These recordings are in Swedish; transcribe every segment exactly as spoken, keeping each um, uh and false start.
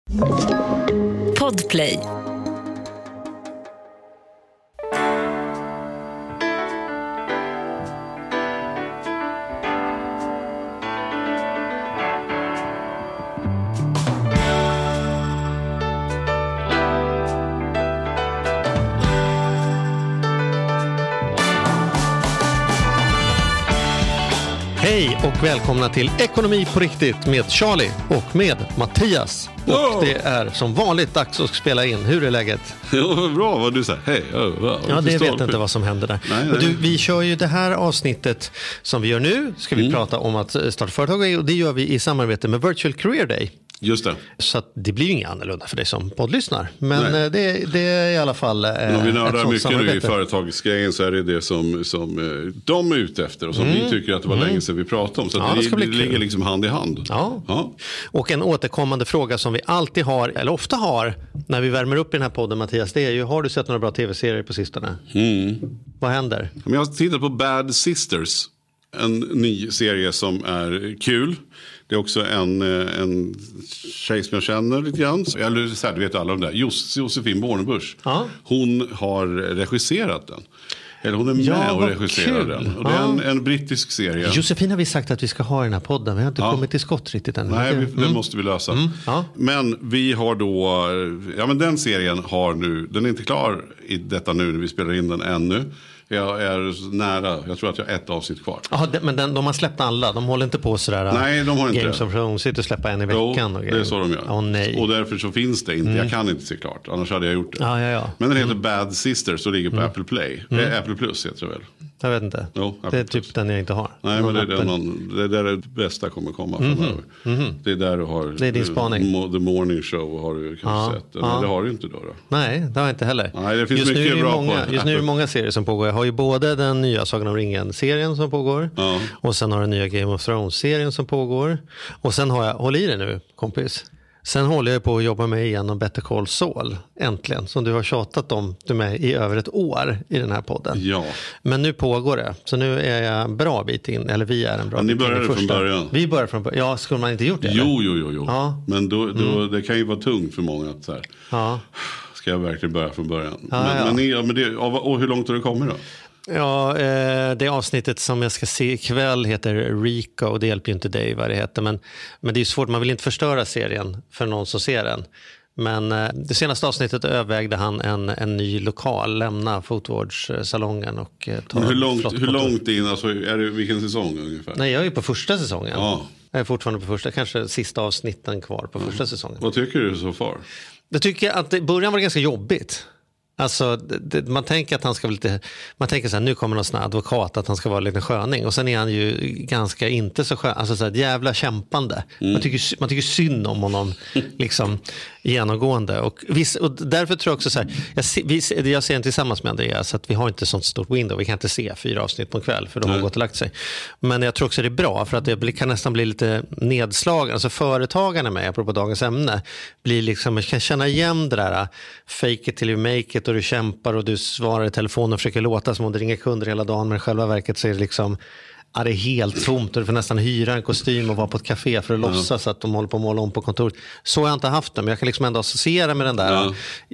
Podplay. Hej och välkomna till Ekonomi på riktigt med Charlie och med Mattias. Och oh. det är som vanligt dags att spela in. Hur är läget? Ja, bra vad du säger. Hej. Oh, wow. Ja, det vet inte vad som händer där. Nej, nej. Du, vi kör ju det här avsnittet som vi gör nu. Ska vi mm. prata om att starta företag och det gör vi i samarbete med Virtual Career Day. Just det. Så att det blir ju inget annorlunda för dig som poddlyssnar. Men det, det är i alla fall eh, Men om vi nördar mycket samarbete. Nu i företagsgrejen så är det det som, som eh, de är ute efter och som mm. vi tycker att det var mm. länge sedan vi pratade om. Så ja, att det, det, det ligger liksom hand i hand. Ja. Ja. Och en återkommande fråga som vi alltid har, eller ofta har, när vi värmer upp i den här podden, Mattias, det är ju, har du sett några bra tv-serier på sistone? Mm. Vad händer? Jag har tittat på Bad Sisters. En ny serie som är kul. Det är också en, en tjej som jag känner lite grann. Eller så här, du vet alla om det där. Jos, Josefin Bornebusch. Ja. Hon har regisserat den. Eller hon är med ja, och regisserar kul. den. Och det är en, en brittisk serie. Josefin har vi sagt att vi ska ha i den här podden. Vi har inte ja. kommit till skott riktigt än. Nej, vi, mm. det måste vi lösa. Mm. Ja. Men vi har då... Ja, men den serien har nu... Den är inte klar i detta nu när vi spelar in den ännu. Jag är nära, jag tror att jag har ett avsnitt kvar. Jaha, men den, de har släppt alla, de håller inte på sådär. Nej, de har inte Games det. of Thrones sitter och släppa en i veckan. Jo, och det är så de gör. Oh, nej. Och därför så finns det inte, mm. jag kan inte se klart, annars hade jag gjort det. Ja, ja, ja. Men den heter mm. Bad Sisters och ligger på mm. Apple Play. Mm. Eh, Apple Plus heter det väl? Jag vet inte. Jo, det är typ Plus. Den jag inte har. Nej, men det är, den någon, det är där det bästa kommer komma mm. framöver. Mm. Det är där du har det är din spaning. The Morning Show har du kanske ja. sett. Eller, ja. Det har du inte då, då. Nej, det har jag inte heller. Nej, det finns just mycket nu bra många, på. Just nu är det många serier som pågår. Jag har ju både den nya Sagan om ringen-serien som pågår. Ja. Och sen har den nya Game of Thrones-serien som pågår. Och sen har jag, håll i det nu kompis. Sen håller jag på att jobba med igen om Better Call Saul, äntligen. Som du har tjatat om du med i över ett år i den här podden. Ja. Men nu pågår det. Så nu är jag bra bit in, eller vi är en bra ja, bit ni började in i första. från början. Vi började från början. Ja, skulle man inte gjort det? Jo, jo, jo. jo. Ja. Men då, då, mm. det kan ju vara tungt för många att så här, ja. ska jag verkligen börja från början? Ja, men, ja. Men, ja, men det, och hur långt har det kommit då? Ja, eh, det avsnittet som jag ska se ikväll heter Rico och det hjälper ju inte dig vad det heter. Men, men det är ju svårt, man vill inte förstöra serien för någon som ser den. Men eh, det senaste avsnittet övervägde han en, en ny lokal, lämna fotvårdssalongen och eh, ta hur långt, hur långt in, alltså, är det vilken säsong ungefär? Nej, jag är på första säsongen. Ja. Jag är fortfarande på första, kanske sista avsnitten kvar på mm. första säsongen. Vad tycker du så far? Jag tycker att det, början var ganska jobbigt. Alltså, det, man tänker att han ska vara lite, man tänker så här, nu kommer någon sån här advokat att han ska vara lite sköning. Och sen är han ju ganska inte så skön, alltså så här, jävla kämpande. Mm. Man, tycker, man tycker synd om honom liksom genomgående. Och, viss, och därför tror jag också så här, jag, se, vi, jag ser den tillsammans med Andreas att vi har inte sånt stort window. Vi kan inte se fyra avsnitt på en kväll för de har gått och lagt sig. Men jag tror också det är bra för att det kan nästan bli lite nedslag. Alltså företagarna med, apropå dagens ämne, blir liksom, man kan känna igen det där fake it till you make it och du kämpar och du svarar i telefon och försöker låta som om du ringer kunder hela dagen, men i själva verket så är det liksom ja, det är helt tomt och du får nästan hyra en kostym och vara på ett café för att mm. låtsas att de håller på att måla om på kontoret. Så har jag inte haft det, men jag kan liksom ändå associera med den där ja.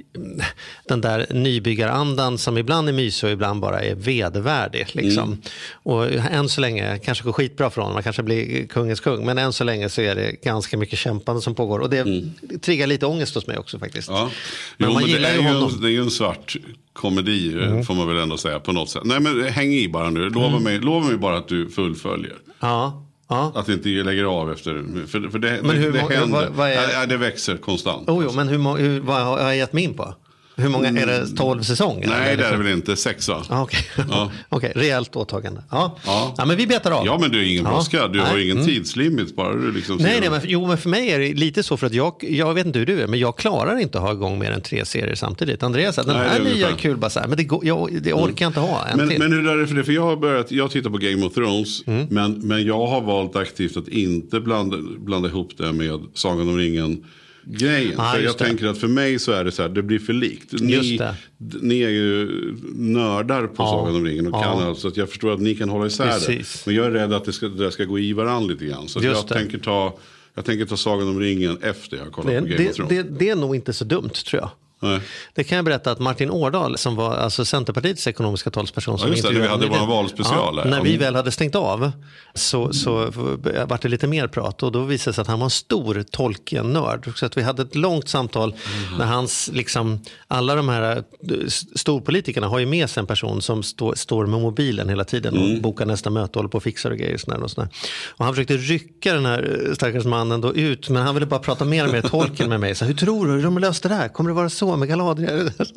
den där nybyggarandan som ibland är mysig och ibland bara är vedervärdig liksom. Mm. Och än så länge kanske går skitbra för honom, man kanske blir kungens kung, men än så länge så är det ganska mycket kämpande som pågår och det mm. triggar lite ångest hos mig också faktiskt. Ja. Men jo, man men gillar det, är ju honom. ju, det är ju en svart komedi mm. får man väl ändå säga på något sätt. Nej, men häng i bara nu. Lova, mm. mig, lova mig bara att du fullföljer. Ja. Ja. Att inte lägger av efter. För, för det, men hur, det, det händer. Vad, vad är... ja, det växer konstant. Oh, jo, men hur, hur, vad har jag gett mig in på? Hur många, är det tolv säsonger? Nej, eller? det är det väl inte. Sex va? Ah, Okej, okay. ja. okay. Rejält åtagande. Ja. Ja. Ja, men vi betar av. Ja, men du är ingen brådska. Ja. Du har ingen mm. tidslimit. Bara du liksom nej, nej men, jo, men för mig är det lite så för att jag, jag vet inte hur du är, men jag klarar inte att ha igång mer än tre serier samtidigt. Andreas, den nej, här nya är kul bara så här, men det, går, jag, det orkar jag inte ha en men, till. Men hur är det för det? För jag har börjat, jag tittar på Game of Thrones, mm. men, men jag har valt aktivt att inte blanda, blanda ihop det med Sagan om ringen grejen. Ah, för jag det. tänker att för mig så är det så här, det blir för likt. Ni, ni är ju nördar på ja. Sagan om ringen och ja. kan alltså, att jag förstår att ni kan hålla isär Precis. det. Men jag är rädd att det ska, det ska gå i varandra lite grann. Så jag det. tänker ta, Jag tänker ta Sagan om ringen efter jag har kollat det, på Game det, of Thrones. Det, det är nog inte så dumt, tror jag. Nej. Det kan jag berätta att Martin Årdal, som var alltså Centerpartiets ekonomiska talsperson, som ja, just det, vi hade vår valspecial. Ja, när vi väl hade stängt av så, så var det lite mer prat, och då visade det sig att han var en stor Tolkien-nörd. Så att vi hade ett långt samtal mm. när hans, liksom, alla de här storpolitikerna har ju med sig en person som stå, står med mobilen hela tiden och mm. bokar nästa möte och håller på och fixar och grejer. Och sådär och sådär. Och han försökte rycka den här stackars mannen då ut, men han ville bara prata mer och mer Tolkien med mig. Så hur tror du, hur de löste det här? Kommer det vara så med Galadriel? Ja,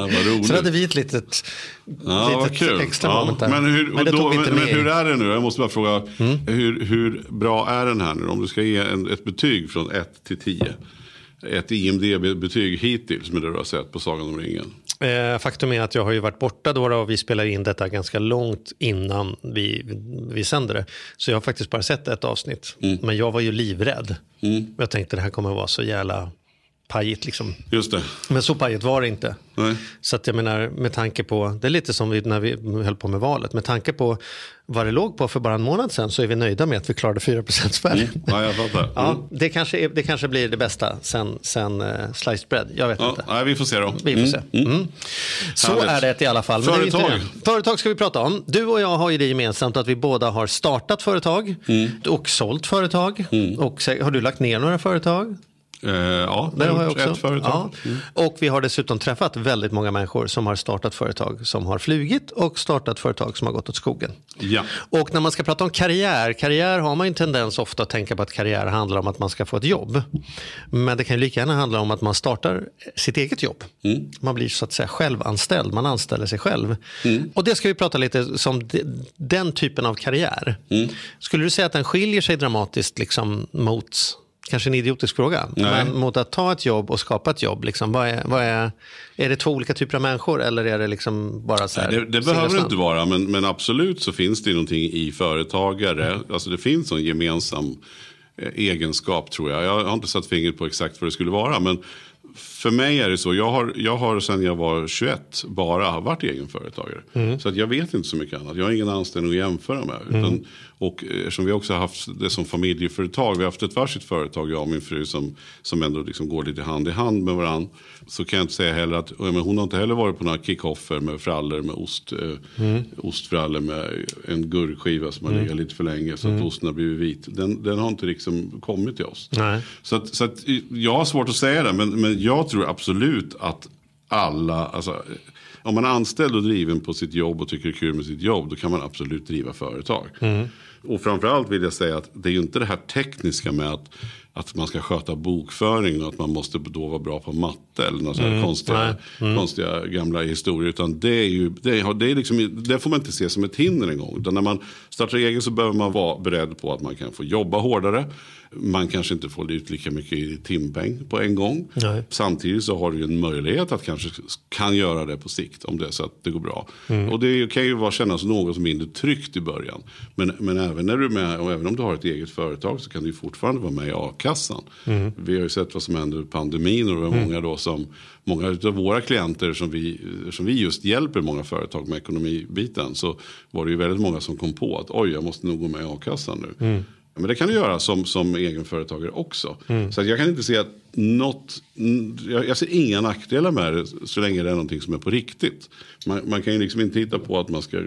så hade vi ett litet, ja, litet extra ja, moment där. Men, hur, men, då, men, men hur är det nu? Jag måste bara fråga, mm. hur, hur bra är den här nu? Om du ska ge en, ett betyg från ett till tio. Ett I M D-betyg hittills med det du har sett på Sagan om ringen. Eh, faktum är att jag har ju varit borta då och vi spelade in detta ganska långt innan vi, vi sände det. Så jag har faktiskt bara sett ett avsnitt. Mm. Men jag var ju livrädd. Mm. Jag tänkte det här kommer att vara så jävla pajigt liksom. Just det. Men så pajigt var det inte. Nej. Så att jag menar, med tanke på, det är lite som vi, när vi höll på med valet, med tanke på vad det låg på för bara en månad sedan, så är vi nöjda med att vi klarade fyra procent spärr. Mm. Ja, jag fattar. Mm. Ja, det, kanske är, det kanske blir det bästa sen, sen uh, sliced bread, jag vet ja, inte. Nej, vi får se då. Vi får mm. se. Mm. Mm. Så Härligt. är det i alla fall. Men företag. Det är inte det. Företag ska vi prata om. Du och jag har ju det gemensamt att vi båda har startat företag mm. och sålt företag. Mm. Och har du lagt ner några företag? Uh, ja, det har jag också. Ett företag. Ja. Mm. Och vi har dessutom träffat väldigt många människor som har startat företag som har flugit och startat företag som har gått åt skogen. Ja. Och när man ska prata om karriär, karriär har man en tendens ofta att tänka på att karriär handlar om att man ska få ett jobb. Men det kan ju lika gärna handla om att man startar sitt eget jobb. Mm. Man blir så att säga självanställd, man anställer sig själv. Mm. Och det ska vi prata lite som de, den typen av karriär. Mm. Skulle du säga att den skiljer sig dramatiskt liksom mot... Kanske en idiotisk fråga. Nej. Men mot att ta ett jobb och skapa ett jobb, liksom, vad är, vad är, är det två olika typer av människor eller är det liksom bara så här? Nej, det det behöver det inte vara, men, men absolut så finns det någonting i företagare. Mm. Alltså det finns en gemensam eh, egenskap, tror jag. Jag har inte satt fingret på exakt vad det skulle vara, men för mig är det så, jag har, jag har sedan jag var tjugoett bara varit egenföretagare. Mm. Så att jag vet inte så mycket annat. Jag har ingen anställning att jämföra med. Mm. Utan, och eftersom vi också har haft det som familjeföretag, vi har haft ett varsitt företag, jag och min fru, som, som ändå liksom går lite hand i hand med varandra. Så kan jag inte säga heller att, men hon har inte heller varit på några kickoffer med frallor med ost, mm. ostfrallor med en gurkskiva som har mm. legat lite för länge så att mm. osten har blivit vit. Den, den har inte liksom kommit till oss. Nej. Så, att, så att jag har svårt att säga det, men, men jag tror absolut att alla, alltså, om man är anställd och driven på sitt jobb och tycker det är kul med sitt jobb, då kan man absolut driva företag. Mm. Och framförallt vill jag säga att det är ju inte det här tekniska med att, att man ska sköta bokföring och att man måste då vara bra på matte eller några mm. konstiga, mm. konstiga gamla historier, utan det är ju det, är, det, är liksom, det får man inte se som ett hinder en gång, utan när man startar egen så behöver man vara beredd på att man kan få jobba hårdare. Man kanske inte får ut lika mycket i timpeng på en gång. Nej. Samtidigt så har du ju en möjlighet att kanske kan göra det på sikt om det är så att det går bra. Mm. Och det kan ju vara kännas något som mindre tryggt i början. Men, men även när du är med, och även om du har ett eget företag, så kan du fortfarande vara med i a-kassan. Mm. Vi har ju sett vad som hände under pandemin, och det var mm. många då som många av våra klienter som vi, som vi just hjälper många företag med ekonomibiten, så var det ju väldigt många som kom på att oj, jag måste nog gå med i a-kassan nu. Mm. Men det kan du göra som, som egenföretagare också. Mm. Så att jag kan inte se att något, jag, jag ser inga nackdelar med det så länge det är någonting som är på riktigt. Man, man kan ju liksom inte hitta på att man ska...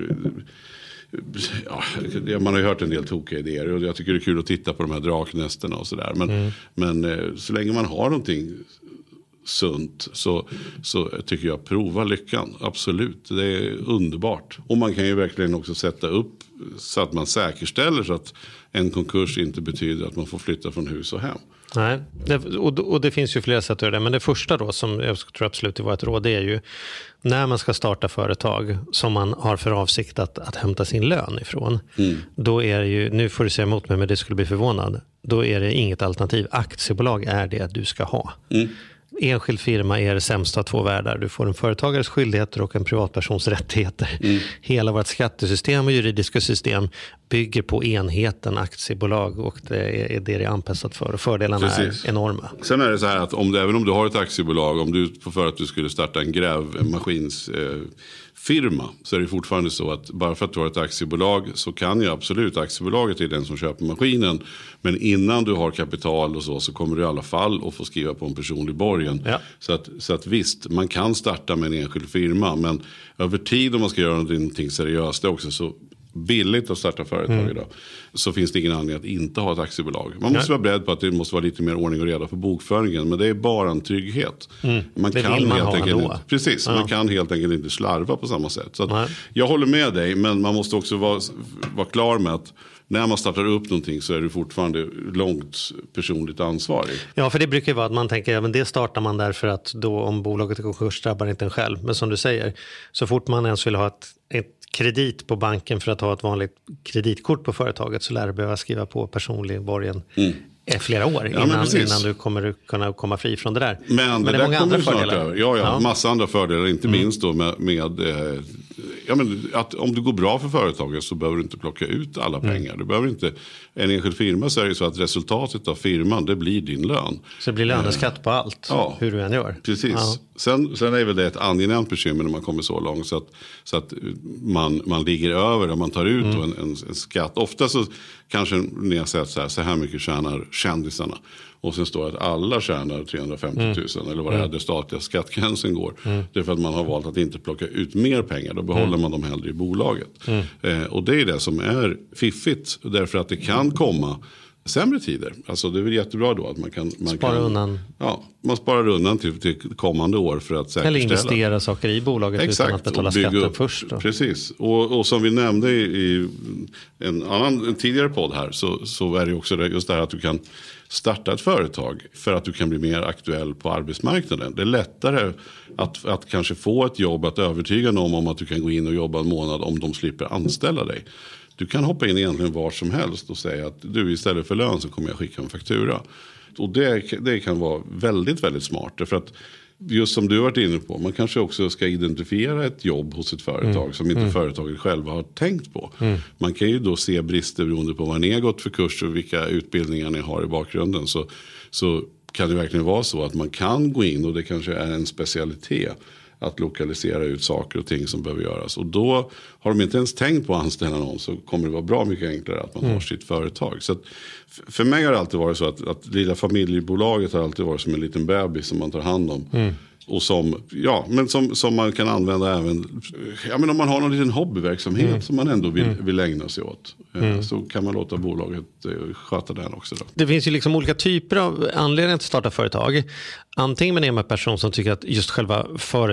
Ja, man har ju hört en del tokiga idéer och jag tycker det är kul att titta på de här draknästerna och sådär. Men, mm. men så länge man har någonting sunt så, så tycker jag prova lyckan. Absolut, det är underbart. Och man kan ju verkligen också sätta upp så att man säkerställer så att en konkurs inte betyder att man får flytta från hus och hem. Nej, det, och, och det finns ju flera sätt att göra det. Men det första då, som jag tror absolut var ett råd, det är ju när man ska starta företag som man har för avsikt att, att hämta sin lön ifrån. Mm. Då är det ju, nu får du säga emot mig men det skulle bli förvånad, då är det inget alternativ. Aktiebolag är det du ska ha. Mm. Enskild firma är det sämsta av två världar. Du får en företagares skyldigheter och en privatpersons rättigheter. Mm. Hela vårt skattesystem och juridiska system bygger på enheten aktiebolag, och det är det det är anpassat för. Och fördelarna Precis. är enorma. Sen är det så här att om du, även om du har ett aktiebolag, om du får för att du skulle starta en grävmaskins... Eh, firma så är det fortfarande så att bara för att du har ett aktiebolag så kan ju absolut aktiebolaget är den som köper maskinen. Men innan du har kapital och så så kommer du i alla fall att få skriva på en personlig borgen. Ja. Så, att, så att visst, man kan starta med en enskild firma men över tid om man ska göra någonting seriöst det är också så billigt att starta företag mm. idag så finns det ingen anledning att inte ha ett aktiebolag. Man måste Nej. vara beredd på att det måste vara lite mer ordning och reda för bokföringen men det är bara en trygghet. Mm. Man det kan vill man helt ha enkelt ändå. inte, precis, ja. man kan helt enkelt inte slarva på samma sätt. Så att jag håller med dig men man måste också vara, vara klar med att när man startar upp någonting så är du fortfarande långt personligt ansvarig. Ja, för det brukar ju vara att man tänker att ja, det startar man därför att då om bolaget är konkurs drabbar inte en själv. Men som du säger, så fort man ens vill ha ett, ett kredit på banken för att ha ett vanligt kreditkort på företaget så lär du behöva skriva på personlig borgen mm. flera år ja, innan, innan du kommer kunna komma fri från det där. Men, men det, det är många andra fördelar. Över. Ja, ja, ja, massa andra fördelar. Inte mm. minst då med, med eh, ja, men att om det går bra för företaget så behöver du inte plocka ut alla pengar. Mm. Du behöver inte, en enskild firma så är det så att resultatet av firman det blir din lön. Så det blir löneskatt eh, på allt, ja, hur du än gör. Precis. Ja. Sen, sen är väl det ett angenämt bekymmer när man kommer så långt så att, så att man, man ligger över och man tar ut mm. en, en, en skatt. Ofta så kanske ni har sett så här, så här mycket tjänar kändisarna. Och sen står det att alla tjänar trehundrafemtio tusen mm. eller vad det är, där statliga skattgränsen går. Mm. Det är för att man har valt att inte plocka ut mer pengar. Då behåller mm. man dem hellre i bolaget. Mm. Eh, och det är det som är fiffigt. Därför att det kan komma sämre tider. Alltså det är väl jättebra då att man kan... Man Spara kan, undan. Ja, man sparar undan till, till kommande år för att säkerställa. Eller investera saker i bolaget Exakt, utan att betala skatten upp. först. Då. Precis. Och, och som vi nämnde i, i en annan en tidigare podd här så, så är det också det, just det här att du kan starta ett företag för att du kan bli mer aktuell på arbetsmarknaden. Det är lättare att, att kanske få ett jobb, att övertyga någon om att du kan gå in och jobba en månad om de slipper anställa dig. Du kan hoppa in egentligen var som helst och säga att du istället för lön så kommer jag skicka en faktura. Och det, det kan vara väldigt, väldigt smart. För att just som du har varit inne på, man kanske också ska identifiera ett jobb hos ett företag mm. som inte mm. företaget själva har tänkt på. Mm. Man kan ju då se brister beroende på vad ni har gått för kurs och vilka utbildningar ni har i bakgrunden. Så, så kan det verkligen vara så att man kan gå in och det kanske är en specialitet att lokalisera ut saker och ting som behöver göras. Och då har de inte ens tänkt på att anställa någon så kommer det vara bra mycket enklare att man mm. har sitt företag. Så att för mig har det alltid varit så att, att lilla familjebolaget har alltid varit som en liten bebis som man tar hand om. Mm. Och som, ja, men som, som man kan använda även ja, men om man har någon liten hobbyverksamhet mm. som man ändå vill, mm. vill ägna sig åt. Mm. Så kan man låta bolaget sköta den också. Då. Det finns ju liksom olika typer av anledningar att starta företag. Antingen man är en person som tycker att just själva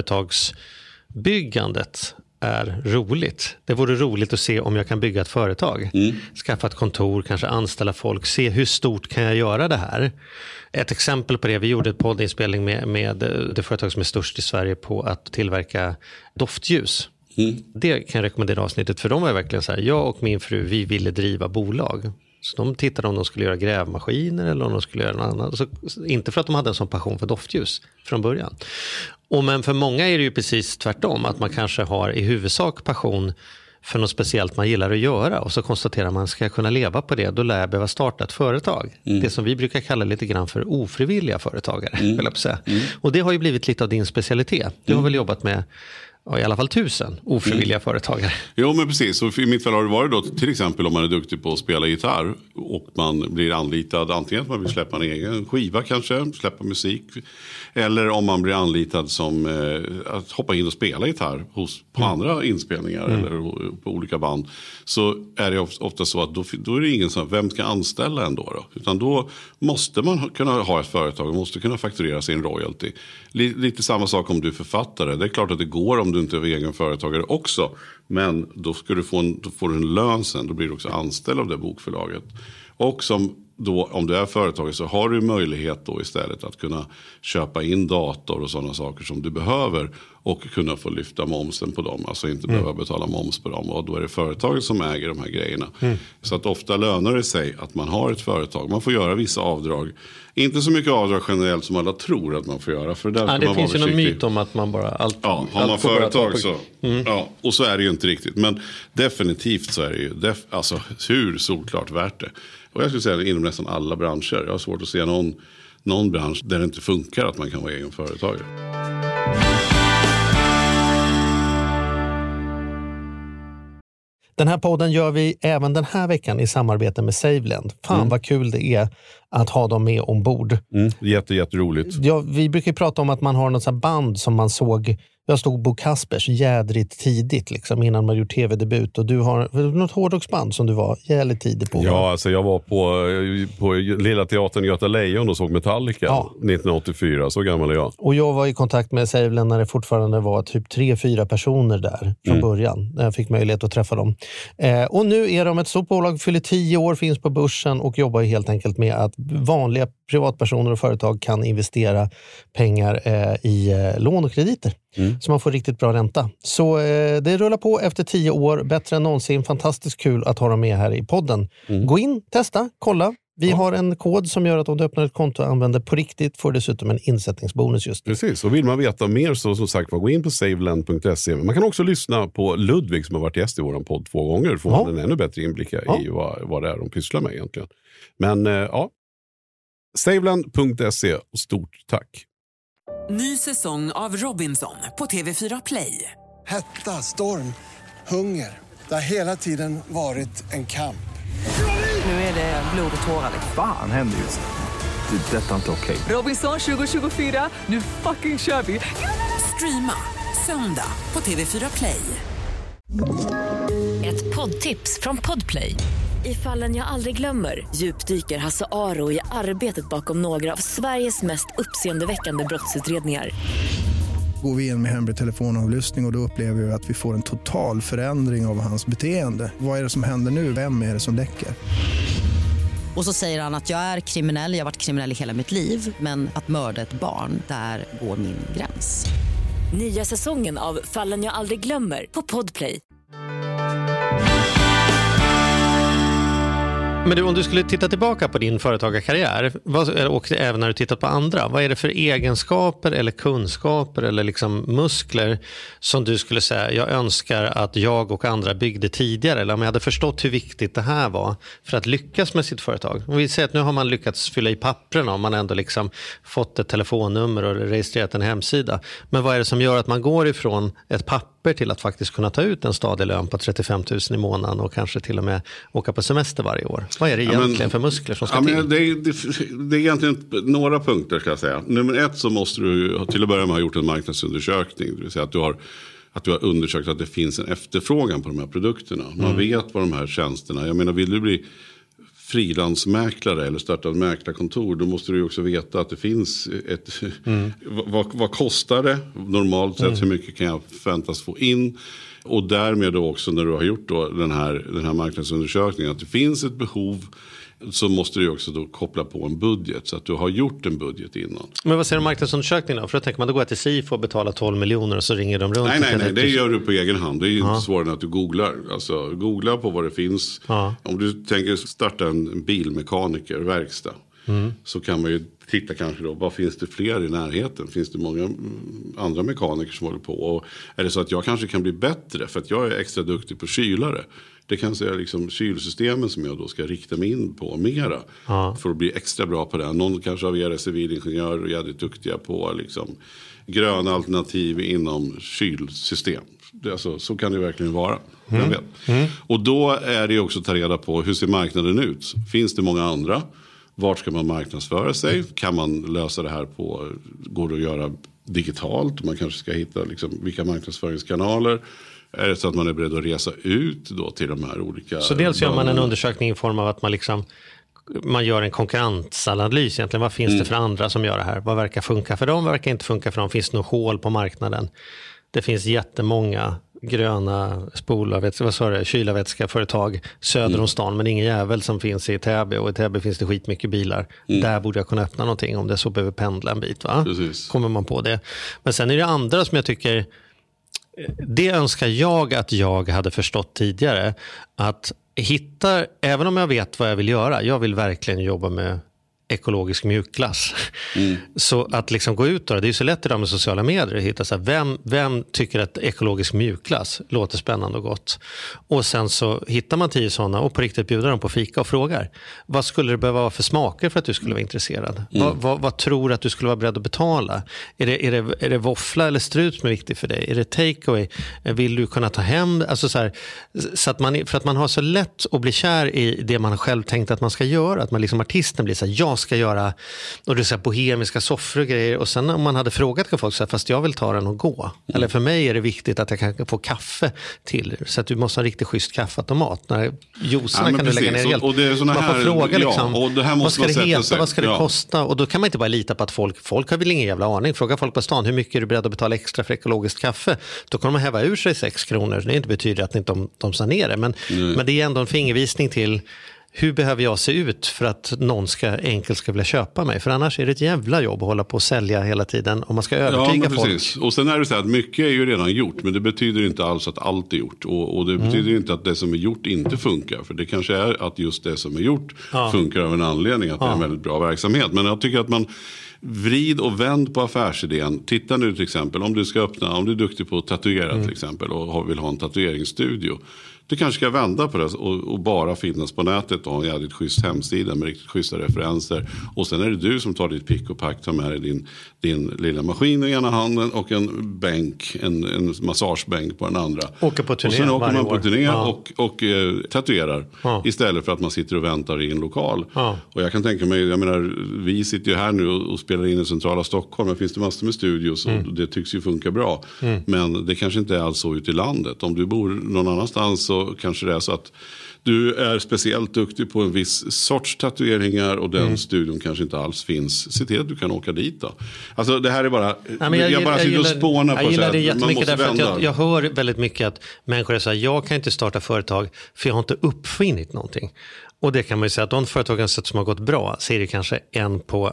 företagsbyggandet är roligt. Det vore roligt att se om jag kan bygga ett företag. Mm. Skaffa ett kontor, kanske anställa folk. Se hur stort kan jag göra det här. Ett exempel på det, vi gjorde ett poddinspelning med, med det företag som är störst i Sverige på att tillverka doftljus. Mm. Det kan jag rekommendera avsnittet för de var verkligen så här, jag och min fru vi ville driva bolag. Så de tittade om de skulle göra grävmaskiner eller om de skulle göra något annat. Så, inte för att de hade en sån passion för doftljus från början. Och men för många är det ju precis tvärtom. Att man kanske har i huvudsak passion för något speciellt man gillar att göra. Och så konstaterar man, ska jag kunna leva på det? Då lär jag behöva starta ett företag. Mm. Det som vi brukar kalla lite grann för ofrivilliga företagare. Mm. Vill jag säga. Mm. Och det har ju blivit lite av din specialitet. Du har mm. väl jobbat med... Ja, i alla fall tusen ofrivilliga mm. företagare. Jo, men precis. Och i mitt fall har det varit då till exempel om man är duktig på att spela gitarr och man blir anlitad antingen att man vill släppa en egen skiva kanske, släppa musik. Eller om man blir anlitad som eh, att hoppa in och spela gitarr hos, på mm. andra inspelningar mm. eller på olika band. Så är det ofta så att då, då är det ingen som, vem ska anställa ändå då? Utan då måste man kunna ha ett företag och måste kunna fakturera sin royalty. Lite samma sak om du är författare. Det är klart att det går om du inte är egen företagare också. Men då, ska du få en, då får du en lön sen. Då blir du också anställd av det bokförlaget. Och som då, om du är företagare så har du möjlighet då istället att kunna köpa in dator och sådana saker som du behöver. Och kunna få lyfta momsen på dem. Alltså inte mm. behöva betala moms på dem. Och då är det företaget som äger de här grejerna. Mm. Så att ofta lönar det sig att man har ett företag. Man får göra vissa avdrag. Inte så mycket avdrag generellt som alla tror att man får göra. För där ja, det man finns ju någon myt om att man bara... Allt, ja, har man allt företag så... Mm. Ja, och så är det ju inte riktigt. Men definitivt så är det ju def, alltså, hur solklart värt det. Och jag skulle säga inom nästan alla branscher. Jag har svårt att se någon, någon bransch där det inte funkar att man kan vara egen företagare. Den här podden gör vi även den här veckan i samarbete med SaveLend. Fan mm. vad kul det är att ha dem med ombord. Mm, jätte, jätteroligt. Ja, vi brukar prata om att man har något sånt band som man såg. Jag stod Bo Kaspers jädrigt tidigt liksom, innan man gjort tv-debut. Och du har något hårdrocksband som du var jävligt tidig på. Ja, alltså jag var på, på Lilla Teatern Göta Lejon och såg Metallica ja. nittonhundraåttiofyra, så gammal är jag. Och jag var i kontakt med SaveLend när det fortfarande var typ tre, fyra personer där från mm. början. När jag fick möjlighet att träffa dem. Eh, och nu är de ett stort bolag, fyller tio år, finns på börsen och jobbar helt enkelt med att vanliga privatpersoner och företag kan investera pengar eh, i eh, lån och krediter. Mm. Så man får riktigt bra ränta. Så eh, det rullar på efter tio år. Bättre än någonsin. Fantastiskt kul att ha dem med här i podden. Mm. Gå in, testa, kolla. Vi ja. har en kod som gör att om du öppnar ett konto och använder på riktigt får dessutom en insättningsbonus just nu. Precis, och vill man veta mer så som sagt gå in på saveland punkt se. Man kan också lyssna på Ludvig som har varit gäst i våran podd två gånger. Får ja. man en ännu bättre inblick ja. i vad, vad det är de pysslar med egentligen. Men eh, ja, saveland punkt se och stort tack. Ny säsong av Robinson på T V fyra Play. Hetta, storm, hunger. Det har hela tiden varit en kamp. Nu är det blod och tårar. Fan händer just det. Det är detta inte okej. Okay. Robinson tjugo tjugofyra, nu fucking kör vi. Streama söndag på T V fyra Play. Ett poddtips från Podplay. I Fallen jag aldrig glömmer djupdyker Hasse Aro i arbetet bakom några av Sveriges mest uppseendeväckande brottsutredningar. Går vi in med hemlig telefonavlyssning och då upplever vi att vi får en total förändring av hans beteende. Vad är det som händer nu? Vem är det som läcker? Och så säger han att jag är kriminell, jag har varit kriminell i hela mitt liv. Men att mörda ett barn, där går min gräns. Nya säsongen av Fallen jag aldrig glömmer på Podplay. Men du, om du skulle titta tillbaka på din företagarkarriär vad, och även när du tittat på andra, vad är det för egenskaper eller kunskaper eller liksom muskler som du skulle säga, jag önskar att jag och andra byggde tidigare, eller om jag hade förstått hur viktigt det här var för att lyckas med sitt företag. Och vi säger att nu har man lyckats fylla i papperna och man ändå liksom fått ett telefonnummer och registrerat en hemsida. Men vad är det som gör att man går ifrån ett papper till att faktiskt kunna ta ut en stadig lön på trettiofem tusen i månaden och kanske till och med åka på semester varje år? Vad är det egentligen ja, men, för muskler som ska ja, till? Men det, är, det, det är egentligen några punkter ska jag säga. Nummer ett så måste du till att börja med ha gjort en marknadsundersökning. Det vill säga att du har, att du har undersökt att det finns en efterfrågan på de här produkterna. Man mm. vet vad de här tjänsterna, jag menar vill du bli frilansmäklare eller starta ett mäklarkontor, då måste du ju också veta att det finns ett mm. vad, vad kostar det normalt sett, mm. hur mycket kan jag förväntas få in, och därmed då också när du har gjort då den här, den här marknadsundersökningen att det finns ett behov, så måste du också då koppla på en budget så att du har gjort en budget innan. Men vad säger du om marknadsundersökningen då? För då tänker man, då går jag till SIFO och betalar tolv miljoner och så ringer de runt. Nej, nej, nej, det gör du på egen hand. Det är ju ja. inte svårare än att du googlar. Alltså googla på vad det finns. Ja. Om du tänker starta en bilmekaniker, verkstad, mm. så kan man ju titta kanske då, vad finns det fler i närheten? Finns det många andra mekaniker som håller på? Och är det så att jag kanske kan bli bättre för att jag är extra duktig på kylare? Det kan säga liksom kylsystemen som jag då ska rikta mig in på mera. Ja. För att bli extra bra på det. Någon kanske av er är civilingenjör och är duktiga på liksom gröna alternativ inom kylsystem. Det, alltså, så kan det verkligen vara. Mm. Jag vet. Mm. Och då är det också att ta reda på hur ser marknaden ut? Finns det många andra? Vart ska man marknadsföra sig? Kan man lösa det här på, går det att göra digitalt? Man kanske ska hitta liksom, vilka marknadsföringskanaler. Är det så att man är beredd att resa ut då till de här olika... Så dels gör man en undersökning i form av att man liksom man gör en konkurrensanalys egentligen. Vad finns mm. det för andra som gör det här? Vad verkar funka för dem? Vad verkar inte funka för dem? Finns det något hål på marknaden? Det finns jättemånga gröna spolarvätska, vad sa det, kylarvätska företag söder mm. om stan, men ingen jävel som finns i Täby, och i Täby finns det skitmycket bilar. Mm. Där borde jag kunna öppna någonting om det så behöver pendla en bit, va? Precis. Kommer man på det. Men sen är det andra som jag tycker, det önskar jag att jag hade förstått tidigare, att hitta, även om jag vet vad jag vill göra, jag vill verkligen jobba med ekologisk mjukglass. Mm. Så att liksom gå ut då, det är ju så lätt idag med sociala medier att hitta så här, vem, vem tycker att ekologisk mjukglass låter spännande och gott. Och sen så hittar man tio sådana och på riktigt bjuder dem på fika och frågar, vad skulle det behöva vara för smaker för att du skulle vara intresserad? Mm. Vad, vad, vad tror du att du skulle vara beredd att betala? Är det, är det, är det våffla eller strut som är viktigt för dig? Är det takeaway? Vill du kunna ta hem? Alltså så här, så att man, för att man har så lätt att bli kär i det man själv tänkt att man ska göra. Att man liksom artisten blir så här, jag ska göra och det är så här bohemiska soffor och grejer. Och sen om man hade frågat folk så här, fast jag vill ta den och gå. Mm. Eller för mig är det viktigt att jag kan få kaffe till. Så att du måste ha en riktigt schysst kaffeautomat. När juicerna ja, kan precis. du lägga ner helt. Och, och det är såna man får här, fråga liksom, ja, och det här måste vad ska det heta, sig. vad ska det ja. kosta? Och då kan man inte bara lita på att folk, folk har väl ingen jävla aning. Fråga folk på stan, hur mycket är du beredd att betala extra för ekologiskt kaffe? Då kommer de häva ur sig sex kronor. Det inte betyder att inte de, de sa ner det. Men, men det är ändå en fingervisning till hur behöver jag se ut för att någon ska, enkelt ska vilja köpa mig? För annars är det ett jävla jobb att hålla på och sälja hela tiden om man ska övertyga ja, men precis. folk. Och sen är det så här att mycket är ju redan gjort, men det betyder inte alls att allt är gjort. Och, och det mm. betyder inte att det som är gjort inte funkar. För det kanske är att just det som är gjort ja. funkar av en anledning, att ja. det är en väldigt bra verksamhet. Men jag tycker att man vrid och vänd på affärsidén. Titta nu till exempel, om du ska öppna, om du är duktig på att tatuera mm. till exempel och vill ha en tatueringsstudio. Du kanske ska vända på det och, och bara finnas på nätet och ha en jävligt schysst hemsida med riktigt schyssta referenser. Och sen är det du som tar ditt pick och pack, tar med dig din, din lilla maskin i ena handen och en bänk, en, en massagebänk på den andra. Åker på turné och sen åker man på år. turné ja. och, och eh, tatuerar ja. istället för att man sitter och väntar i en lokal. Ja. Och jag kan tänka mig, jag menar, vi sitter ju här nu och, och spelar in i centrala Stockholm. Det finns det massor med studios och mm. det tycks ju funka bra. Mm. Men det kanske inte är alls så ute i landet. Om du bor någon annanstans så kanske det är så att du är speciellt duktig på en viss sorts tatueringar och den mm. studion kanske inte alls finns. Se till att du kan åka dit då. Alltså det här är bara, ja, jag, jag bara jag, sitter jag och spånar på jag gillar så det här, man måste därför vända. att jag, jag hör väldigt mycket att människor är så här, jag kan inte starta företag för jag har inte uppfinnit någonting. Och det kan man ju säga att de företagen som har gått bra så är det kanske en på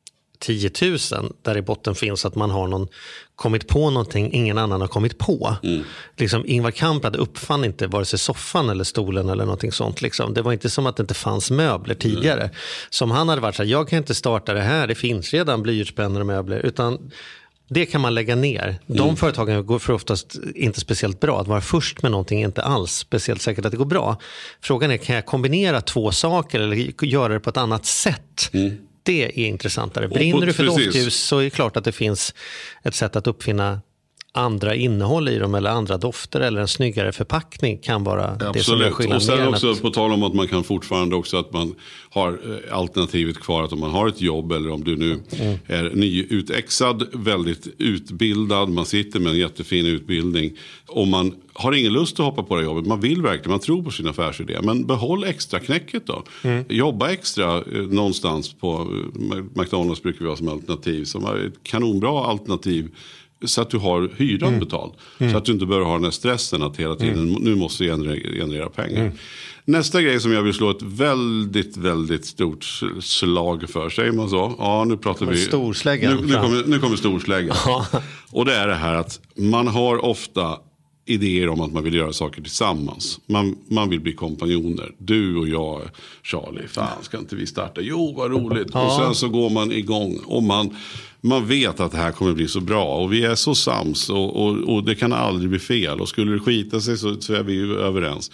tio tusen där i botten finns att man har någon kommit på någonting ingen annan har kommit på. Mm. Liksom Ingvar Kamprad uppfann inte vare sig soffan eller stolen eller någonting sånt. Liksom. Det var inte som att det inte fanns möbler tidigare. Mm. Som han hade varit så här, jag kan inte starta det här, det finns redan blyertspännor och möbler. Utan det kan man lägga ner. De mm. företagen går för oftast inte speciellt bra. Att vara först med någonting är inte alls speciellt säkert att det går bra. Frågan är, kan jag kombinera två saker eller göra det på ett annat sätt? Mm. Det är intressantare. Brinner på, du för precis. doftljus så är det klart att det finns ett sätt att uppfinna andra innehåll i dem eller andra dofter eller en snyggare förpackning kan vara absolut. Det som är skillnaden. Och sen också att... på tal om att man kan fortfarande också att man har alternativet kvar att om man har ett jobb eller om du nu mm. är nyutexad, väldigt utbildad, man sitter med en jättefin utbildning och man har ingen lust att hoppa på det jobbet, man vill verkligen, man tror på sin affärsidé, men behåll extra knäcket då. Mm. Jobba extra eh, någonstans på eh, McDonalds brukar vi ha som alternativ, som är ett kanonbra alternativ så att du har hyran mm. betald. Mm. Så att du inte behöver ha den här stressen att hela tiden, mm. nu måste du generera, generera pengar. Mm. Nästa grej som jag vill slå ett väldigt, väldigt stort slag för, säger man så? Ja, nu pratar vi... Storsläggan. Nu, nu, kommer, nu kommer storsläggan. Och det är det här att man har ofta idéer om att man vill göra saker tillsammans. Man, man vill bli kompanjoner. Du och jag, Charlie, fan ska inte vi starta? Jo, vad roligt. Ja. Och sen så går man igång och man... Man vet att det här kommer bli så bra och vi är så sams och, och, och det kan aldrig bli fel. Och skulle det skita sig så, så är vi ju överens.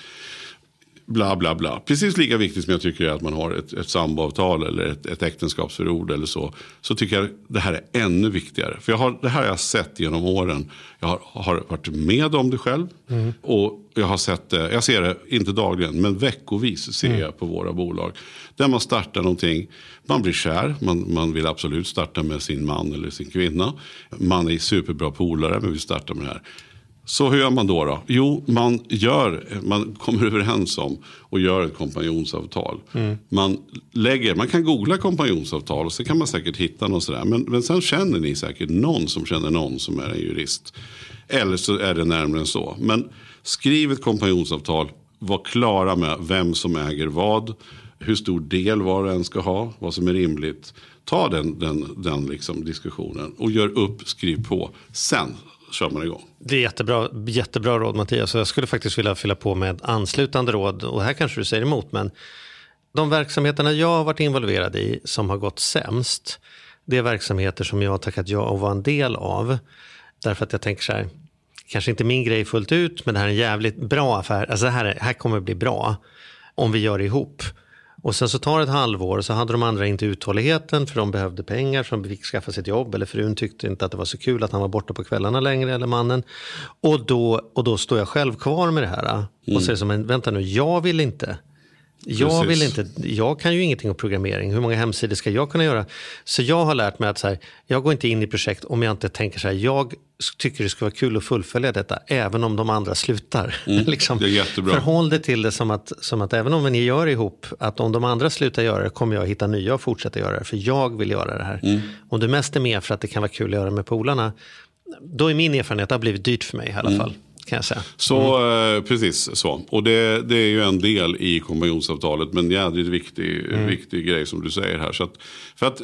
Bla bla bla. Precis lika viktigt som jag tycker är att man har ett, ett samboavtal eller ett, ett äktenskapsförord eller så. Så tycker jag det här är ännu viktigare. För jag har, det här har jag sett genom åren. Jag har, har varit med om det själv. Mm. Och jag har sett det, jag ser det inte dagligen men veckovis ser mm. jag på våra bolag. Där man startar någonting, man blir kär, man, man vill absolut starta med sin man eller sin kvinna. Man är superbra polare men vill starta med det här. Så hur gör man då då? Jo, man gör, man kommer överens om och gör ett kompanjonsavtal. Mm. Man lägger, man kan googla kompanjonsavtal och så kan man säkert hitta något sådär. Men, men sen känner ni säkert någon som känner någon som är en jurist. Eller så är det närmare än så. Men skriv ett kompanjonsavtal, var klara med vem som äger vad. Hur stor del var och en ska ha, vad som är rimligt. Ta den, den, den liksom diskussionen och gör upp, skriv på. Sen kör man igång. Det är jättebra, jättebra råd Mattias. Jag skulle faktiskt vilja fylla på med ett anslutande råd. Och här kanske du säger emot, men De verksamheterna jag har varit involverad i som har gått sämst, det är verksamheter som jag har tackat ja och var en del av. Därför att jag tänker så här, kanske inte min grej fullt ut, men det här är en jävligt bra affär. Alltså det här, här kommer att bli bra om vi gör det ihop. Och sen så tar det ett halvår och så hade de andra inte uthålligheten för de behövde pengar så de fick skaffa sitt jobb. Eller frun tyckte inte att det var så kul att han var borta på kvällarna längre, eller mannen. Och då, och då står jag själv kvar med det här. Och mm. säger som, men vänta nu, jag vill inte. Jag vill inte, jag kan ju ingenting om programmering. Hur många hemsidor ska jag kunna göra? Så jag har lärt mig att så här, jag går inte in i projekt om jag inte tänker så här, jag tycker det ska vara kul att fullfölja detta även om de andra slutar. Mm, liksom, det är jättebra. Förhåll det till det som att, som att även om ni gör ihop, att om de andra slutar göra det kommer jag hitta nya och fortsätta göra det. För jag vill göra det här. Mm. Om du mest är med för att det kan vara kul att göra med polarna, då är min erfarenhet att det har blivit dyrt för mig i alla mm. fall. Kan jag säga. Så mm. eh, precis så. Och det, det är ju en del i kompanjonsavtalet, men jävligt viktig, mm. viktig grej som du säger här. Så att, för att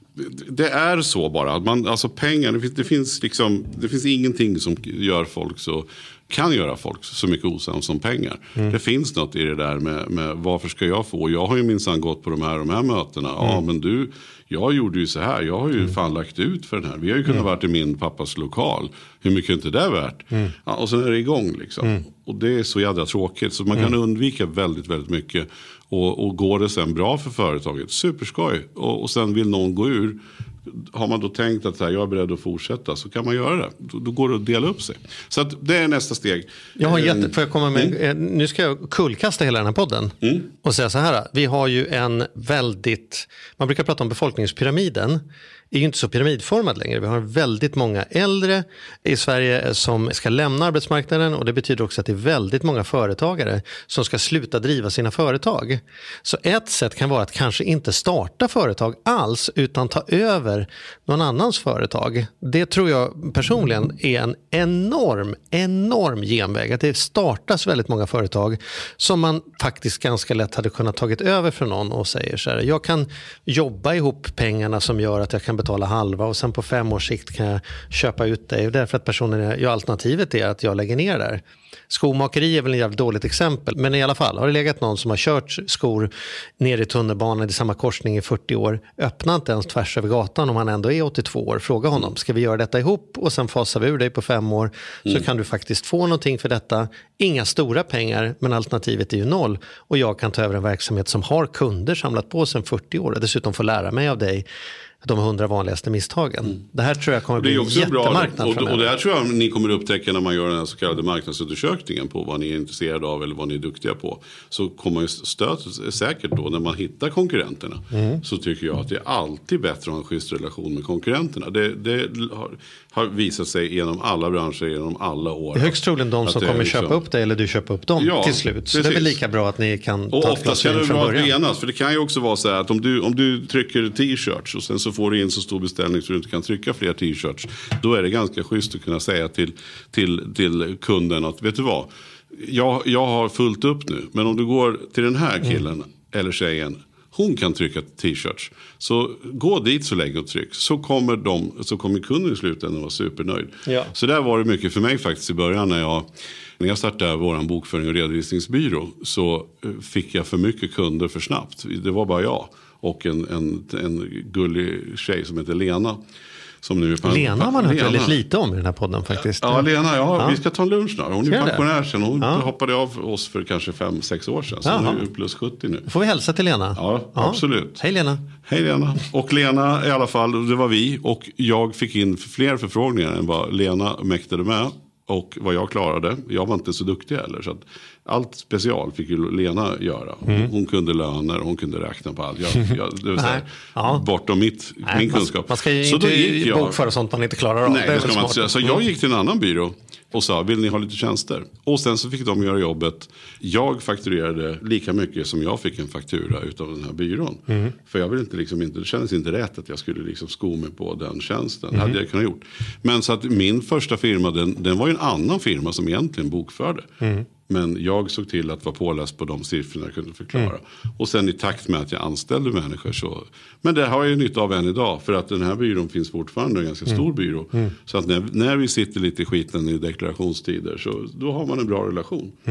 det är så bara. Att man, alltså pengar, det finns, det, finns liksom, det finns ingenting som gör folk så, kan göra folk så mycket osams som pengar. Mm. Det finns något i det där med, med varför ska jag få? Jag har ju minsann gått på de här, de här mötena. Mm. Ja, men du, jag gjorde ju så här. Jag har ju mm. fan lagt ut för den här. Vi har ju kunnat mm. varit i min pappas lokal. Hur mycket är inte det värt? Mm. Ja, och sen är det igång liksom. Mm. Och det är så jävla tråkigt. Så man kan mm. undvika väldigt, väldigt mycket. Och, och går det sen bra för företaget, superskoj. Och, och sen vill någon gå ur. Har man då tänkt att så här, jag är beredd att fortsätta, så kan man göra det. Då, då går det att dela upp sig. Så att det är nästa steg. Jag har jätte, får jag komma med, mm. Nu ska jag kullkasta hela den här podden. Mm. Och säga så här, vi har ju en väldigt, man brukar prata om befolkningspyramiden. Är ju inte så pyramidformad längre. Vi har väldigt många äldre i Sverige som ska lämna arbetsmarknaden, och det betyder också att det är väldigt många företagare som ska sluta driva sina företag. Så ett sätt kan vara att kanske inte starta företag alls utan ta över någon annans företag. Det tror jag personligen är en enorm, enorm genväg. Att det startas väldigt många företag som man faktiskt ganska lätt hade kunnat tagit över från någon och säger så här, jag kan jobba ihop pengarna som gör att jag kan betala halva och sen på fem års sikt kan jag köpa ut det. Därför att personen är, ja, alternativet är att jag lägger ner där. Skomakeri är väl ett jävligt dåligt exempel, men i alla fall har det legat någon som har kört skor ner i tunnelbanan i samma korsning i fyrtio år, öppna inte ens tvärs över gatan om han ändå är åttiotvå år. Fråga honom, ska vi göra detta ihop och sen fasar vi ur dig på fem år mm. så kan du faktiskt få någonting för detta. Inga stora pengar, men alternativet är ju noll, och jag kan ta över en verksamhet som har kunder samlat på sedan fyrtio år och dessutom få lära mig av dig de hundra vanligaste misstagen. Mm. Det här tror jag kommer bli en jättemarknad och, och det här tror jag ni kommer upptäcka när man gör den här så kallade marknadsundersökningen på vad ni är intresserade av eller vad ni är duktiga på. Så kommer man ju stöt säkert då när man hittar konkurrenterna. Mm. Så tycker jag att det är alltid bättre att ha en schysst relation med konkurrenterna. Det, det har, har visat sig genom alla branscher genom alla år. Det är högst troligen de som kommer liksom köpa upp det eller du köper upp dem ja, till slut. Så precis. Det är väl lika bra att ni kan och ta ett glas vin från början. Benas, för det kan ju också vara så här att om du, om du trycker t-shirts och sen så får du in så stor beställning så du inte kan trycka fler t-shirts, då är det ganska schysst att kunna säga till, till, till kunden att vet du vad, jag, jag har fullt upp nu, men om du går till den här killen mm. eller tjejen, hon kan trycka t-shirts, så gå dit så länge och tryck, så kommer, de, så kommer kunden i slutändan vara supernöjd. Ja. Så där var det mycket för mig faktiskt i början när jag När jag startade vår bokföring och redovisningsbyrå, så fick jag för mycket kunder för snabbt. Det var bara jag och en, en, en gullig tjej som heter Lena. Som nu är på, Lena har man hört väldigt lite om i den här podden faktiskt. Ja, Lena, ja, ja. Vi ska ta en lunch nu. Hon är pensionär sen. Hon ja. hoppade av oss för kanske fem sex år sedan. Så Jaha. hon är plus sjuttio nu. Får vi hälsa till Lena? Ja, ja, absolut. Hej Lena. Hej Lena. Och Lena i alla fall, det var vi. Och jag fick in fler förfrågningar än vad Lena mäktade med. Och vad jag klarade, jag var inte så duktig heller. Så att allt special fick ju Lena göra. Hon, mm. hon kunde löner, hon kunde räkna på allt. Jag, jag, det var så här, ja. bortom mitt, Nej, min kunskap. Man ska ju så inte bokföra sånt man inte klarar av. Nej, det ska man inte. Så jag gick till en annan byrå och sa, vill ni ha lite tjänster? Och sen så fick de göra jobbet. Jag fakturerade lika mycket som jag fick en faktura utav den här byrån. Mm. För jag vill inte, liksom, inte, det kändes inte rätt att jag skulle liksom sko mig på den tjänsten. Mm. Det hade jag kunnat gjort. Men så att min första firma, den, den var ju en annan firma som egentligen bokförde. Mm. Men jag såg till att vara påläst på de siffrorna jag kunde förklara. Mm. Och sen i takt med att jag anställde människor så... Men det har jag ju nytta av än idag. För att den här byrån finns fortfarande, en ganska stor mm. byrå. Mm. Så att när, när vi sitter lite i skiten i deklarationstider så då har man en bra relation. Mm.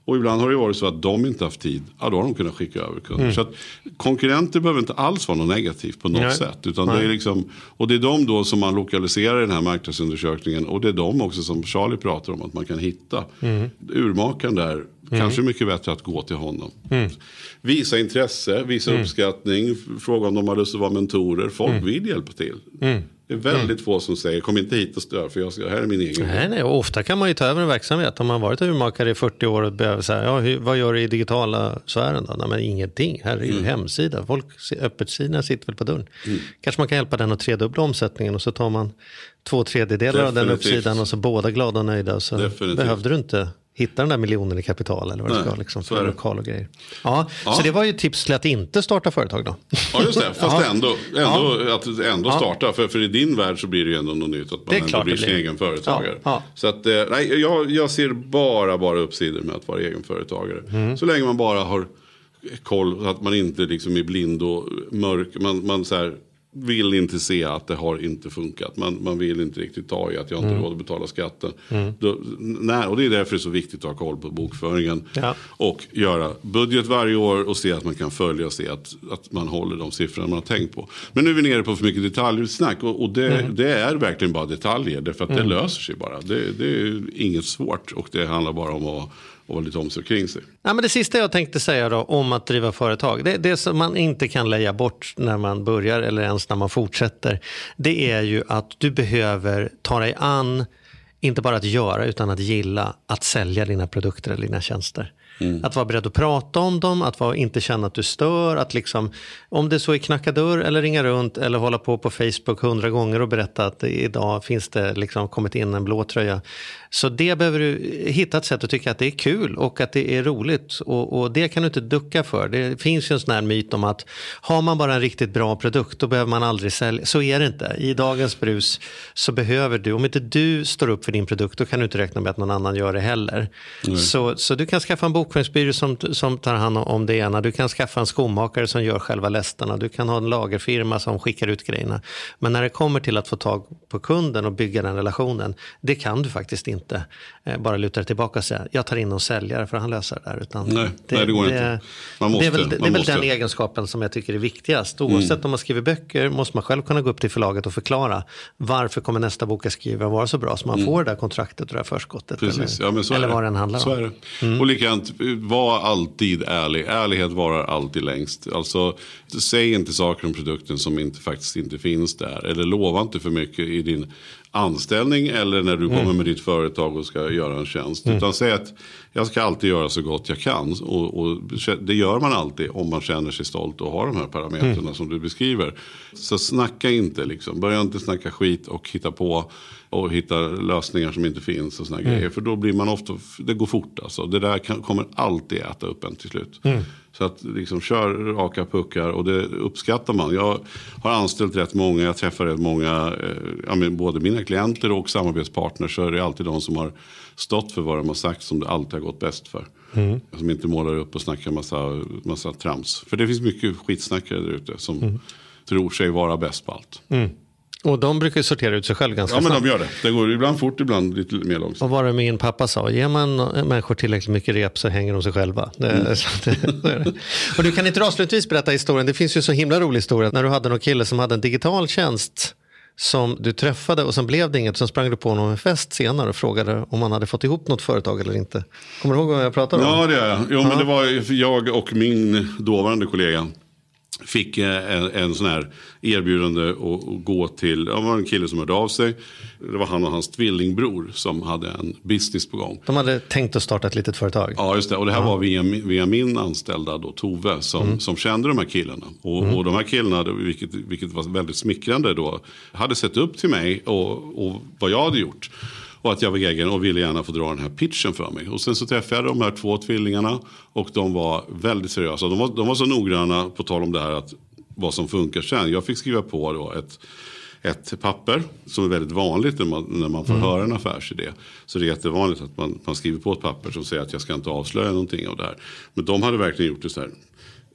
Och ibland har det varit så att de inte haft tid. Ja, då har de kunnat skicka över kunder. Mm. Så att konkurrenter behöver inte alls vara något negativt på något Nej. sätt. Utan Nej. det är liksom, och det är de då som man lokaliserar i den här marknadsundersökningen. Och det är de också som Charlie pratar om att man kan hitta. Mm. Urmakaren där, mm. kanske mycket bättre att gå till honom. Mm. Visa intresse, visa mm. uppskattning. Fråga om de har lust att vara mentorer. Folk mm. vill hjälpa till. Mm. Det är väldigt mm. få som säger, kom inte hit och stör för jag ska, här är min egen. Nej, nej, och ofta kan man ju ta över en verksamhet. Om man varit urmakare i fyrtio år och behöver säga, ja, hur, vad gör du i digitala sfären då? Nej, men ingenting. Här är ju mm. hemsida. Folk, öppetsidorna sitter väl på dörren. Mm. Kanske man kan hjälpa den att tredubbla omsättningen och så tar man två tredjedelar av den uppsidan och så båda glada och nöjda. Och så Definitivt. behövde du inte hitta den där miljonen i kapital eller vad det ska liksom, för lokal och grejer. Ja, ja, så det var ju tips till att inte starta företag då. Ja, just det. Fast ja. ändå, ändå ja. att ändå starta. Ja. För, för i din värld så blir det ju ändå något nytt att man ändå blir sin egen företagare. Ja. Ja. Så att, nej, jag, jag ser bara, bara uppsidor med att vara egen företagare. Mm. Så länge man bara har koll, att man inte liksom är blind och mörk. Man, man så här, vill inte se att det har inte funkat. Man, man vill inte riktigt ta i att jag inte mm. råd att betala skatten. Mm. Då, nej, och det är därför det är så viktigt att ha koll på bokföringen. Ja. Och göra budget varje år och se att man kan följa och se att, att man håller de siffrorna man har tänkt på. Men nu är vi nere på för mycket detaljsnack. Och, och det, mm. det är verkligen bara detaljer. Därför att mm. det löser sig bara. Det, det är inget svårt. Och det handlar bara om att och vara lite om sig kring sig. Ja, men det sista jag tänkte säga då om att driva företag, det, det som man inte kan lägga bort när man börjar eller ens när man fortsätter, det är ju att du behöver ta dig an, inte bara att göra utan att gilla att sälja dina produkter eller dina tjänster. Mm. Att vara beredd att prata om dem, att vara, inte känna att du stör, att liksom, om det så är knacka dörr eller ringa runt eller hålla på på Facebook hundra gånger och berätta att idag finns det liksom kommit in en blå tröja. Så det behöver du hitta ett sätt att tycka att det är kul och att det är roligt och, och det kan du inte ducka för. Det finns ju en sån här myt om att har man bara en riktigt bra produkt då behöver man aldrig sälja. Så är det inte. I dagens brus så behöver du, om inte du står upp för din produkt då kan du inte räkna med att någon annan gör det heller. Mm. Så, så du kan skaffa en bokföringsbyrå som, som tar hand om det ena. Du kan skaffa en skomakare som gör själva lästarna. Du kan ha en lagerfirma som skickar ut grejerna. Men när det kommer till att få tag på kunden och bygga den relationen, det kan du faktiskt inte. Inte bara luta tillbaka och säga jag tar in och säljer för han löser det där. Utan nej, det, nej, det går det, inte. Man måste, det är väl, det är måste. väl den egenskapen som jag tycker är viktigast. Oavsett mm. om man skriver böcker måste man själv kunna gå upp till förlaget och förklara varför kommer nästa bok jag skriva vara så bra så man mm. får det där kontraktet och det där förskottet. Precis. Eller, ja, men så eller är vad den handlar så om. Är det. Mm. Och likadant, var alltid ärlig. Ärlighet varar alltid längst. Alltså, säg inte saker om produkten som inte, faktiskt inte finns där. Eller lova inte för mycket i din anställning eller när du mm. kommer med ditt företag och ska göra en tjänst. Mm. Utan säg att jag ska alltid göra så gott jag kan. Och, och det gör man alltid om man känner sig stolt och har de här parametrarna mm. som du beskriver. Så snacka inte liksom. Börja inte snacka skit och hitta på och hitta lösningar som inte finns och såna mm. grejer. För då blir man ofta, det går fort alltså. Det där kan, kommer alltid äta upp en till slut. Mm. Så att liksom kör raka puckar och det uppskattar man. Jag har anställt rätt många, jag träffar rätt många, eh, men både mina klienter och samarbetspartners så är det alltid de som har stått för vad de har sagt som det alltid har gått bäst för. Mm. Som inte målar upp och snackar massa, massa trams. För det finns mycket skitsnackare där ute som mm. tror sig vara bäst på allt. Mm. Och de brukar sortera ut sig själv ganska snabbt. Ja, men snabbt. de gör det. Det går ibland fort, ibland lite mer långsamt. Och vad det min pappa sa, ger man människor tillräckligt mycket rep så hänger de sig själva. Det, mm. så det, så är det. Och du kan inte avslutningsvis berätta historien. Det finns ju så himla rolig historia när du hade någon kille som hade en digital tjänst som du träffade och sen blev det inget. Sen sprang du på honom en fest senare och frågade om han hade fått ihop något företag eller inte. Kommer du ihåg vad jag pratade om? Ja, det är jag. Jo, men det var jag och min dåvarande kollega fick en, en sån här erbjudande att gå till, det var en kille som hörde av sig. Det var han och hans tvillingbror som hade en business på gång. De hade tänkt att starta ett litet företag. Ja, just det. Och det här ja. var via, via min anställda då, Tove, som, mm. som kände de här killarna. Och, mm. och de här killarna, vilket, vilket var väldigt smickrande då, hade sett upp till mig och, och vad jag hade gjort. Och att jag var egen och ville gärna få dra den här pitchen för mig. Och sen så träffade jag de här två tvillingarna. Och de var väldigt seriösa. De var, de var så noggranna på tal om det här att vad som funkar sen. Jag fick skriva på då ett, ett papper som är väldigt vanligt när man, när man får mm. höra en affärsidé. Så det är jättevanligt att man, man skriver på ett papper som säger att jag ska inte avslöja någonting av det här. Men de hade verkligen gjort det så här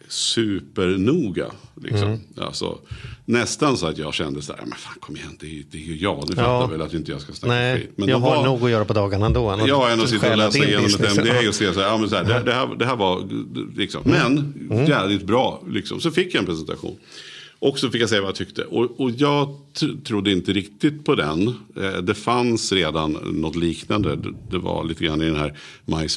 supernoga. Liksom. Mm. Alltså, nästan så att jag kände så här, men fan kom igen, det är, det är ju jag. Nu fattar Ja. väl att inte jag ska snacka Nej, skit. Men jag har var, nog att göra på dagarna ändå. jag har ändå sitta och läsa igenom ett M D och se så här, ja, men så här, det, det, här, det här var liksom, men Mm. jävligt bra. Liksom. Så fick jag en presentation. Och så fick jag säga vad jag tyckte. Och, och jag t- trodde inte riktigt på den. Eh, det fanns redan något liknande. Det, det var lite grann i den här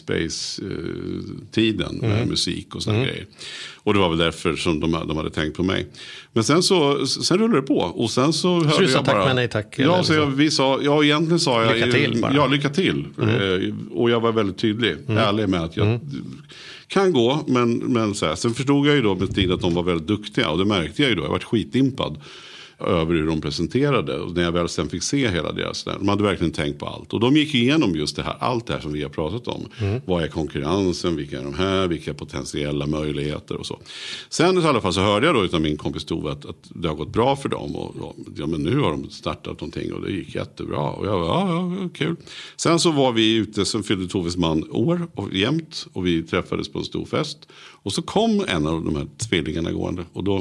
MySpace-tiden eh, med Mm. musik och såna Mm. grejer. Och det var väl därför som de, de hade tänkt på mig. Men sen så sen rullade det på. Och sen så hörde så du sa jag bara... tack men nej tack? Ja, eller så jag, vi sa, ja, egentligen sa jag... Lycka till bara. Ja, lycka till. Mm. Eh, och jag var väldigt tydlig. Mm. Ärlig med att jag... Mm. kan gå, men, men så här. Sen förstod jag ju då med tid att de var väldigt duktiga. Och det märkte jag ju då. Jag var skitimpad över hur de presenterade. Och när jag väl sen fick se hela deras... Där, de hade verkligen tänkt på allt. Och de gick igenom just det här. Allt det här som vi har pratat om. Mm. Vad är konkurrensen? Vilka är de här? Vilka potentiella möjligheter och så. Sen i alla fall så hörde jag då utav min kompis Tove att, att det har gått bra för dem. Och, och ja, men nu har de startat någonting och det gick jättebra. Och jag var, ja, ja, kul. Sen så var vi ute, sen fyllde Toves man år och jämt. Och vi träffades på en stor fest. Och så kom en av de här tvillingarna gående. Och då...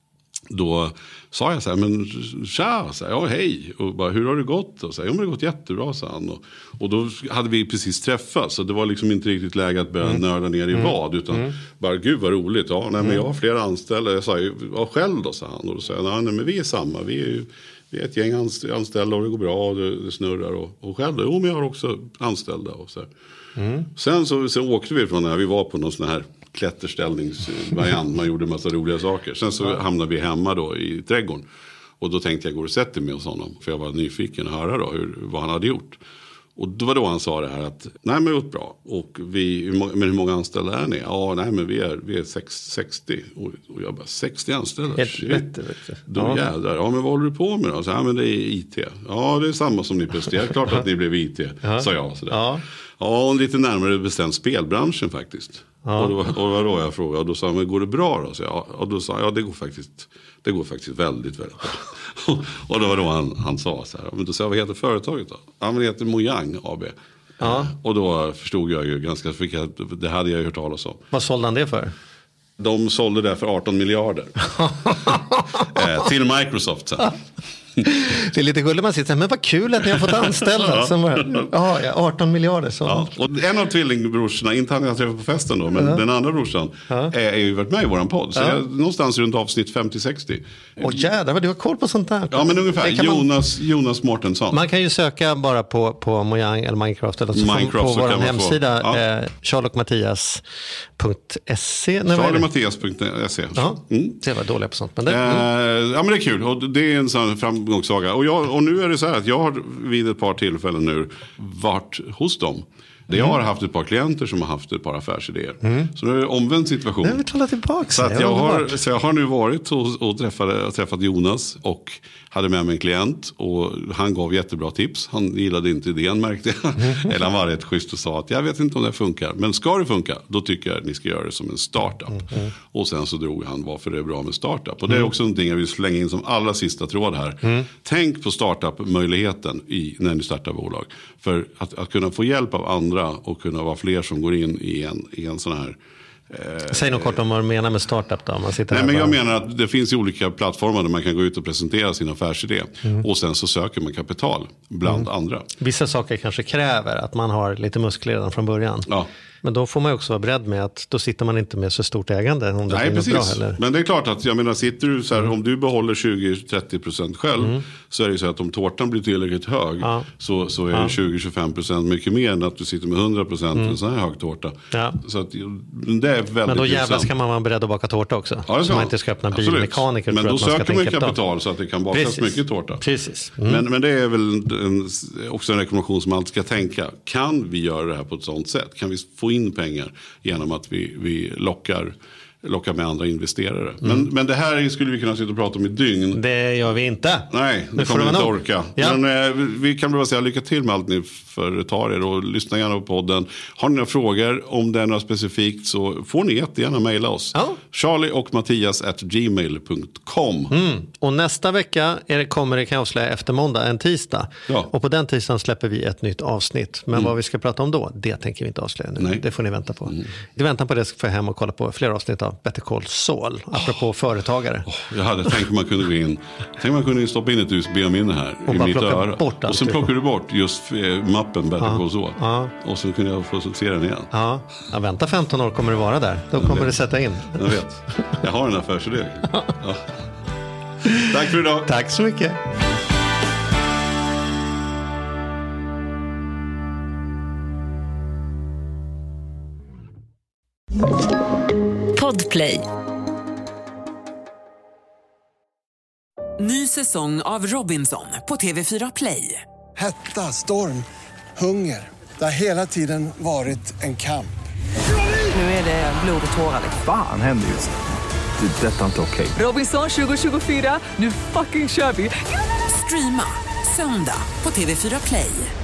Då sa jag så här, men tja, så här, ja hej, och bara, hur har det gått? Och så här, ja men det har gått jättebra, sa han. Och, och då hade vi precis träffats, så det var liksom inte riktigt läge att börja mm. nörda ner i mm. vad, utan mm. bara, gud vad roligt, ja, nej, men jag har flera anställda. Jag sa, ja själv då, sa han. Och då sa jag, nej, nej men vi är samma, vi är ju vi är ett gäng anställda och det går bra och det, det snurrar. Och, och själv, jo men jag har också anställda och så här. Mm. Sen så, så åkte vi från när vi var på någon sån här klätterställningsvariant. Man gjorde en massa roliga saker. Sen så hamnade vi hemma då i trädgården. Och då tänkte jag gå och sätta mig hos honom. För jag var nyfiken att höra då hur, vad han hade gjort. Och det var då han sa det här att nej men det har gått bra. Och vi, men hur många anställda är ni? Ja nej men vi är, vi är sextio. Och, och jag bara sextio anställda? Helvete, då ja. Jädrar. Ja men vad håller du på med då? Så, ja men det är I T. Ja det är samma som ni presterar. Klart att ni blev I T. Ja. Sa jag sådär. Ja. Ja och lite närmare bestämt spelbranschen faktiskt. Ja. Och, då, och det var då jag frågade. Och då sa han, men går det bra då? Så jag, och då sa jag, ja det går faktiskt, det går faktiskt väldigt, väldigt bra. Och då var då han, han sa så här, men då sa jag, vad heter företaget då? Ja men det heter Mojang A B. Ja. Och då förstod jag ju ganska, det hade jag ju hört talas om. Vad sålde han det för? De sålde det för arton miljarder. eh, till Microsoft sen. Det är lite gulligt man sitter, men vad kul att ni har fått anställda. Som var, ja, arton miljarder. Så. Ja, och en av tvillingbrorsorna, inte han jag träffade på festen då, men ja. Den andra brorsan ja. är, är ju varit med i våran podd. Så ja. jag, någonstans runt avsnitt femtio sextio. Åh jädrar, du har koll på sånt där. Ja men ungefär, Jonas, man, Jonas Mårtensson. Man kan ju söka bara på, på Mojang eller Minecraft eller så Minecraft, på vår hemsida ja. eh, charlie och mattias punkt se. charlie och mattias punkt se. Ja, mm. det var dåliga på sånt. Men det, mm. eh, ja men det är kul och det är en sån framgångssaga. Och, jag, och nu är det så här att jag har vid ett par tillfällen nu varit hos dem. Det jag har haft ett par klienter som har haft ett par affärsidéer. Mm. Så det är en omvänd situation. Nej, vi talar tillbaka. Så, att jag har, så jag har nu varit och, och träffade, träffat Jonas och hade med mig en klient. Och han gav jättebra tips. Han gillade inte idén märkte jag. Mm. Eller han var rätt schysst och sa att jag vet inte om det funkar. Men ska det funka, då tycker jag att ni ska göra det som en startup. Mm. Och sen så drog han varför det är bra med startup. Och det är också någonting jag vill slänga in som allra sista tråd här. Mm. Tänk på startup-möjligheten i, när ni startar bolag. För att, att kunna få hjälp av andra och kunna vara fler som går in i en, i en sån här... Eh, Säg något kort om vad du menar med startup då. Man sitter nej men jag bara... menar att det finns olika plattformar där man kan gå ut och presentera sin affärsidé. Mm. Och sen så söker man kapital bland mm. andra. Vissa saker kanske kräver att man har lite muskler redan från början. Ja. Men då får man ju också vara beredd med att då sitter man inte med så stort ägande. Om det nej, precis. Bra, eller? Men det är klart att jag menar, sitter du så här, mm. om du behåller tjugo till trettio procent själv mm. så är det ju så att om tårtan blir tillräckligt hög ja. så, så är ja. det tjugo till tjugofem procent mycket mer än att du sitter med hundra procent mm. en sån här hög tårta. Ja. Så att, det är väldigt men då jävlar ska intressant. man vara beredd att baka tårta också. Ja, så man inte ska öppna bilmekaniker. Men då söker man kapital. kapital så att det kan bakas precis. Mycket tårta. Precis. Mm. Men, men det är väl en, också en rekommendation som man alltid ska tänka. Kan vi göra det här på ett sånt sätt? Kan vi få in pengar genom att vi, vi lockar, lockar med andra investerare. Mm. Men, men det här skulle vi kunna sitta och prata om i dygn. Det gör vi inte. Nej, det kommer vi inte orka. Ja. Men eh, vi kan bara säga lycka till med allt ni företar er och lyssna gärna på podden. Har ni några frågor om det är något specifikt så får ni jättegärna mejla oss. Ja. charlie och mattias at gmail punkt com. Mm. Och nästa vecka är det, kommer det kan jag avslöja efter måndag, en tisdag. Ja. Och på den tisdagen släpper vi ett nytt avsnitt. Men mm. vad vi ska prata om då, det tänker vi inte avslöja nu. Nej. Det får ni vänta på. Mm. I väntan på det ska få hem och kolla på fler avsnitt av på Better Call Saul, apropå oh. företagare. Oh, jag hade tänkt att man kunde gå in, tänk man kunde stoppa in ett U S B-minne här och i mitt öra. Bort och sen plockar du bort just mappen Better Call Saul. Ja. Och så kunde jag få se den igen. Ja. Ja, vänta femton år kommer det vara där. Då kommer vet. det sätta in. Jag vet. Jag har en affärsidé. Ja. Tack för idag. Tack så mycket. Podplay. Ny säsong av Robinson på T V fyra Play. Hetta, storm, hunger. Det har hela tiden varit en kamp. Nu är det blod och tårar. Fan händer just det. Det är detta inte okej. Robinson tjugo tjugofyra, nu fucking kör vi. Streama söndag på T V fyra Play.